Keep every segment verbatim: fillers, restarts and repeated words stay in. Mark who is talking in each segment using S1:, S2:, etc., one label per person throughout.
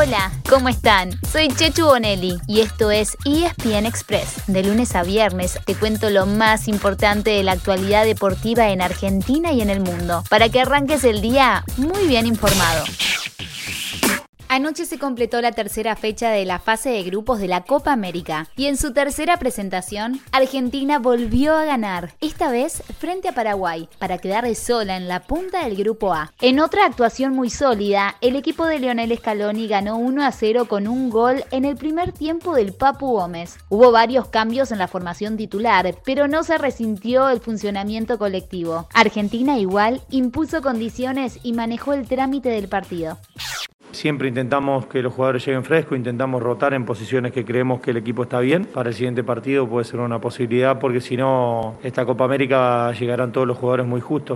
S1: Hola, ¿cómo están? Soy Chechu Bonelli y esto es E S P N Express. De lunes a viernes te cuento lo más importante de la actualidad deportiva en Argentina y en el mundo, para que arranques el día muy bien informado. Anoche se completó la tercera fecha de la fase de grupos de la Copa América y en su tercera presentación, Argentina volvió a ganar, esta vez frente a Paraguay, para quedar sola en la punta del grupo A. En otra actuación muy sólida, el equipo de Lionel Scaloni ganó uno a cero con un gol en el primer tiempo del Papu Gómez. Hubo varios cambios en la formación titular, pero no se resintió el funcionamiento colectivo. Argentina igual impuso condiciones y manejó el trámite del partido.
S2: Siempre intentamos que los jugadores lleguen frescos, intentamos rotar en posiciones que creemos que el equipo está bien. Para el siguiente partido puede ser una posibilidad porque si no, esta Copa América llegarán todos los jugadores muy justos.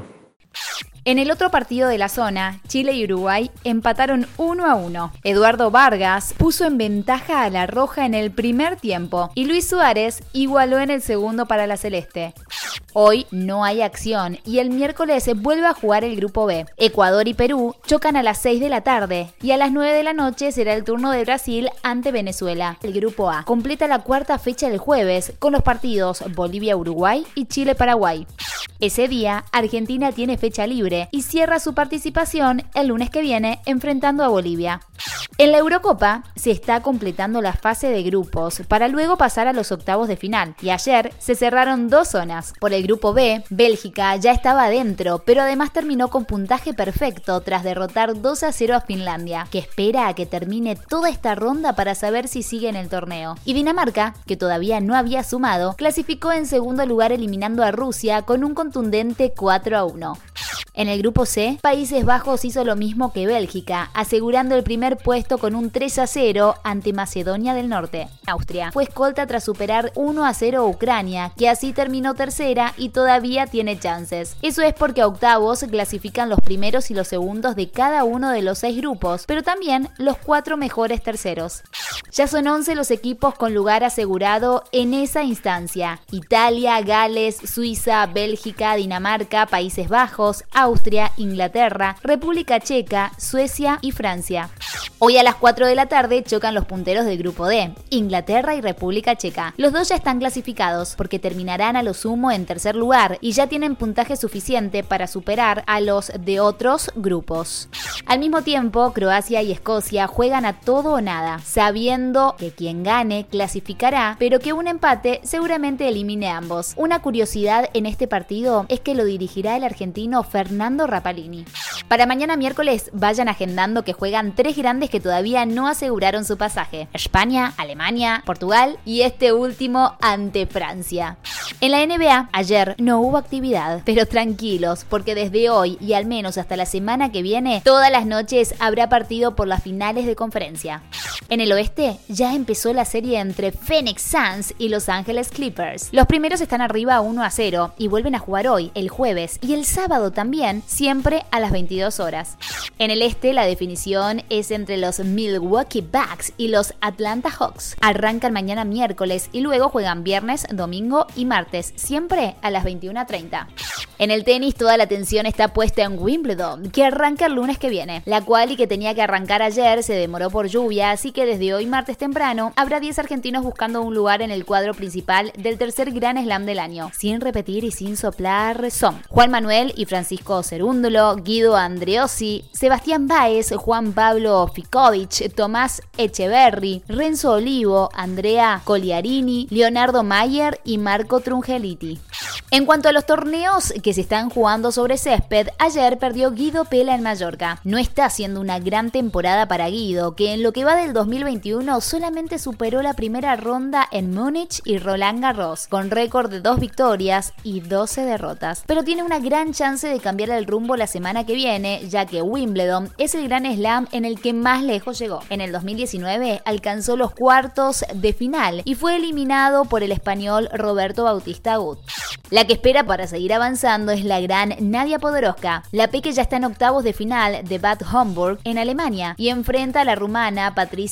S1: En el otro partido de la zona, Chile y Uruguay empataron uno a uno. Eduardo Vargas puso en ventaja a la Roja en el primer tiempo y Luis Suárez igualó en el segundo para la Celeste. Hoy no hay acción y el miércoles se vuelve a jugar el grupo B. Ecuador y Perú chocan a las seis de la tarde y a las nueve de la noche será el turno de Brasil ante Venezuela. El grupo A completa la cuarta fecha el jueves con los partidos Bolivia-Uruguay y Chile-Paraguay. Ese día, Argentina tiene fecha libre y cierra su participación el lunes que viene enfrentando a Bolivia. En la Eurocopa se está completando la fase de grupos para luego pasar a los octavos de final y ayer se cerraron dos zonas. Por el grupo B, Bélgica ya estaba adentro, pero además terminó con puntaje perfecto tras derrotar dos a cero a Finlandia, que espera a que termine toda esta ronda para saber si sigue en el torneo. Y Dinamarca, que todavía no había sumado, clasificó en segundo lugar eliminando a Rusia con un contundente cuatro a uno. En el grupo C, Países Bajos hizo lo mismo que Bélgica, asegurando el primer puesto con un tres a cero ante Macedonia del Norte. Austria fue escolta tras superar uno a cero a Ucrania, que así terminó tercera y todavía tiene chances. Eso es porque a octavos clasifican los primeros y los segundos de cada uno de los seis grupos, pero también los cuatro mejores terceros. Ya son once los equipos con lugar asegurado en esa instancia: Italia, Gales, Suiza, Bélgica, Dinamarca, Países Bajos, Austria, Inglaterra, República Checa, Suecia y Francia. Hoy a las cuatro de la tarde chocan los punteros del grupo D, Inglaterra y República Checa. Los dos ya están clasificados porque terminarán a lo sumo en tercer lugar y ya tienen puntaje suficiente para superar a los de otros grupos. Al mismo tiempo, Croacia y Escocia juegan a todo o nada, sabiendo que quien gane clasificará, pero que un empate seguramente elimine a ambos. Una curiosidad en este partido es que lo dirigirá el argentino Fernando Rapalini. Para mañana miércoles vayan agendando que juegan tres grandes que todavía no aseguraron su pasaje: España, Alemania, Portugal y este último ante Francia. En la N B A, ayer no hubo actividad, pero tranquilos, porque desde hoy y al menos hasta la semana que viene, todas las noches habrá partido por las finales de conferencia. En el oeste ya empezó la serie entre Phoenix Suns y Los Ángeles Clippers. Los primeros están arriba uno a cero y vuelven a jugar hoy, el jueves y el sábado también, siempre a las veintidós horas. En el este la definición es entre los Milwaukee Bucks y los Atlanta Hawks. Arrancan mañana miércoles y luego juegan viernes, domingo y martes, siempre a las veintiuna treinta. En el tenis toda la atención está puesta en Wimbledon, que arranca el lunes que viene. La quali que tenía que arrancar ayer se demoró por lluvia, así que desde hoy martes temprano habrá diez argentinos buscando un lugar en el cuadro principal del tercer Grand Slam del año. Sin repetir y sin soplar son Juan Manuel y Francisco Cerúndolo, Guido Andreossi, Sebastián Báez, Juan Pablo Ficovich, Tomás Echeverry, Renzo Olivo, Andrea Coliarini, Leonardo Mayer y Marco Trungeliti. En cuanto a los torneos que se están jugando sobre césped, ayer perdió Guido Pella en Mallorca. No está haciendo una gran temporada para Guido, que en lo que va del dos mil veintiuno solamente superó la primera ronda en Múnich y Roland Garros, con récord de dos victorias y doce derrotas. Pero tiene una gran chance de cambiar el rumbo la semana que viene, ya que Wimbledon es el gran slam en el que más lejos llegó. En el dos mil diecinueve alcanzó los cuartos de final y fue eliminado por el español Roberto Bautista Agut. La que espera para seguir avanzando es la gran Nadia Podoroska. La peque ya está en octavos de final de Bad Homburg en Alemania y enfrenta a la rumana Patricia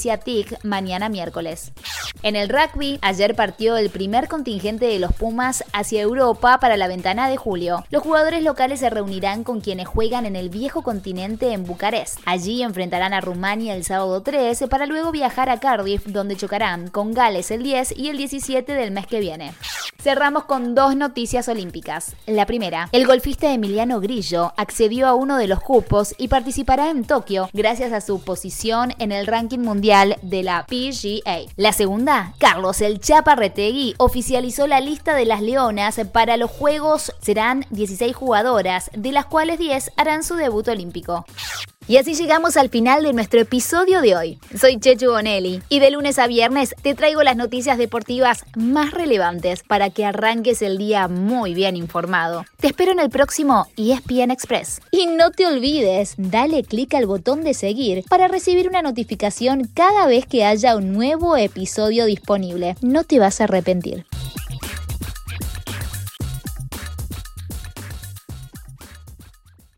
S1: Adiciatic mañana miércoles. En el rugby, ayer partió el primer contingente de los Pumas hacia Europa para la ventana de julio. Los jugadores locales se reunirán con quienes juegan en el viejo continente en Bucarest. Allí enfrentarán a Rumania el sábado tres para luego viajar a Cardiff, donde chocarán con Gales el diez y el diecisiete del mes que viene. Cerramos con dos noticias olímpicas. La primera, el golfista Emiliano Grillo accedió a uno de los cupos y participará en Tokio gracias a su posición en el ranking mundial de la P G A. La segunda, Carlos El Chapa Retegui oficializó la lista de las leonas para los Juegos. Serán dieciséis jugadoras, de las cuales diez harán su debut olímpico. Y así llegamos al final de nuestro episodio de hoy. Soy Chechu Bonelli y de lunes a viernes te traigo las noticias deportivas más relevantes para que arranques el día muy bien informado. Te espero en el próximo E S P N Express. Y no te olvides, dale clic al botón de seguir para recibir una notificación cada vez que haya un nuevo episodio disponible. No te vas a arrepentir.